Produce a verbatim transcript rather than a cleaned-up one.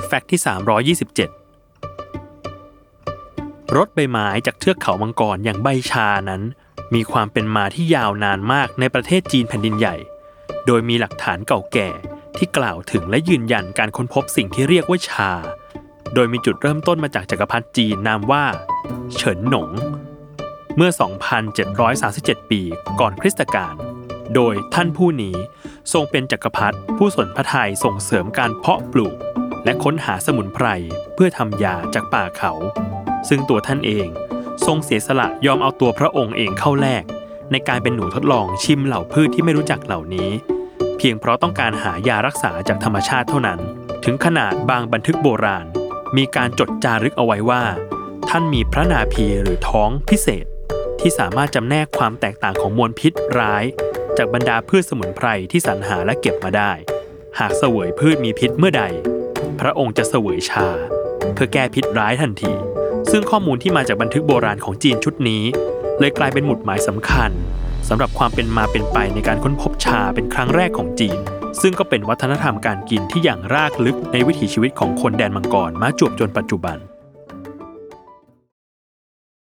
แฟกต์ที่สามร้อยยี่สิบเจ็ดรถใบไม้จากเทือกเขามังกรอย่างใบชานั้นมีความเป็นมาที่ยาวนานมากในประเทศจีนแผ่นดินใหญ่โดยมีหลักฐานเก่าแก่ที่กล่าวถึงและยืนยันการค้นพบสิ่งที่เรียกว่าชาโดยมีจุดเริ่มต้นมาจากจักรพรรดิจีนนามว่าเฉินหนงเมื่อ สองพันเจ็ดร้อยสามสิบเจ็ด ปีก่อนคริสตกาลโดยท่านผู้นี้ทรงเป็นจักรพรรดิผู้สนพระทัยส่งเสริมการเพาะปลูกและค้นหาสมุนไพรเพื่อทำยาจากป่าเขาซึ่งตัวท่านเองทรงเสียสละยอมเอาตัวพระองค์เองเข้าแลกในการเป็นหนูทดลองชิมเหล่าพืชที่ไม่รู้จักเหล่านี้เพียงเพราะต้องการหายารักษาจากธรรมชาติเท่านั้นถึงขนาดบางบันทึกโบราณมีการจดจารึกเอาไว้ว่าท่านมีพระนาภีหรือท้องพิเศษที่สามารถจำแนกความแตกต่างของมวลพิษร้ายจากบรรดาพืชสมุนไพรที่สรรหาและเก็บมาได้หากเสวยพืชมีพิษเมื่อใดพระองค์จะเสวยชาเพื่อแก้พิษร้ายทันทีซึ่งข้อมูลที่มาจากบันทึกโบราณของจีนชุดนี้เลยกลายเป็นหมุดหมายสำคัญสำหรับความเป็นมาเป็นไปในการค้นพบชาเป็นครั้งแรกของจีนซึ่งก็เป็นวัฒนธรรมการกินที่อย่างรากลึกในวิถีชีวิตของคนแดนมังกรมาจวบจนปัจจุบัน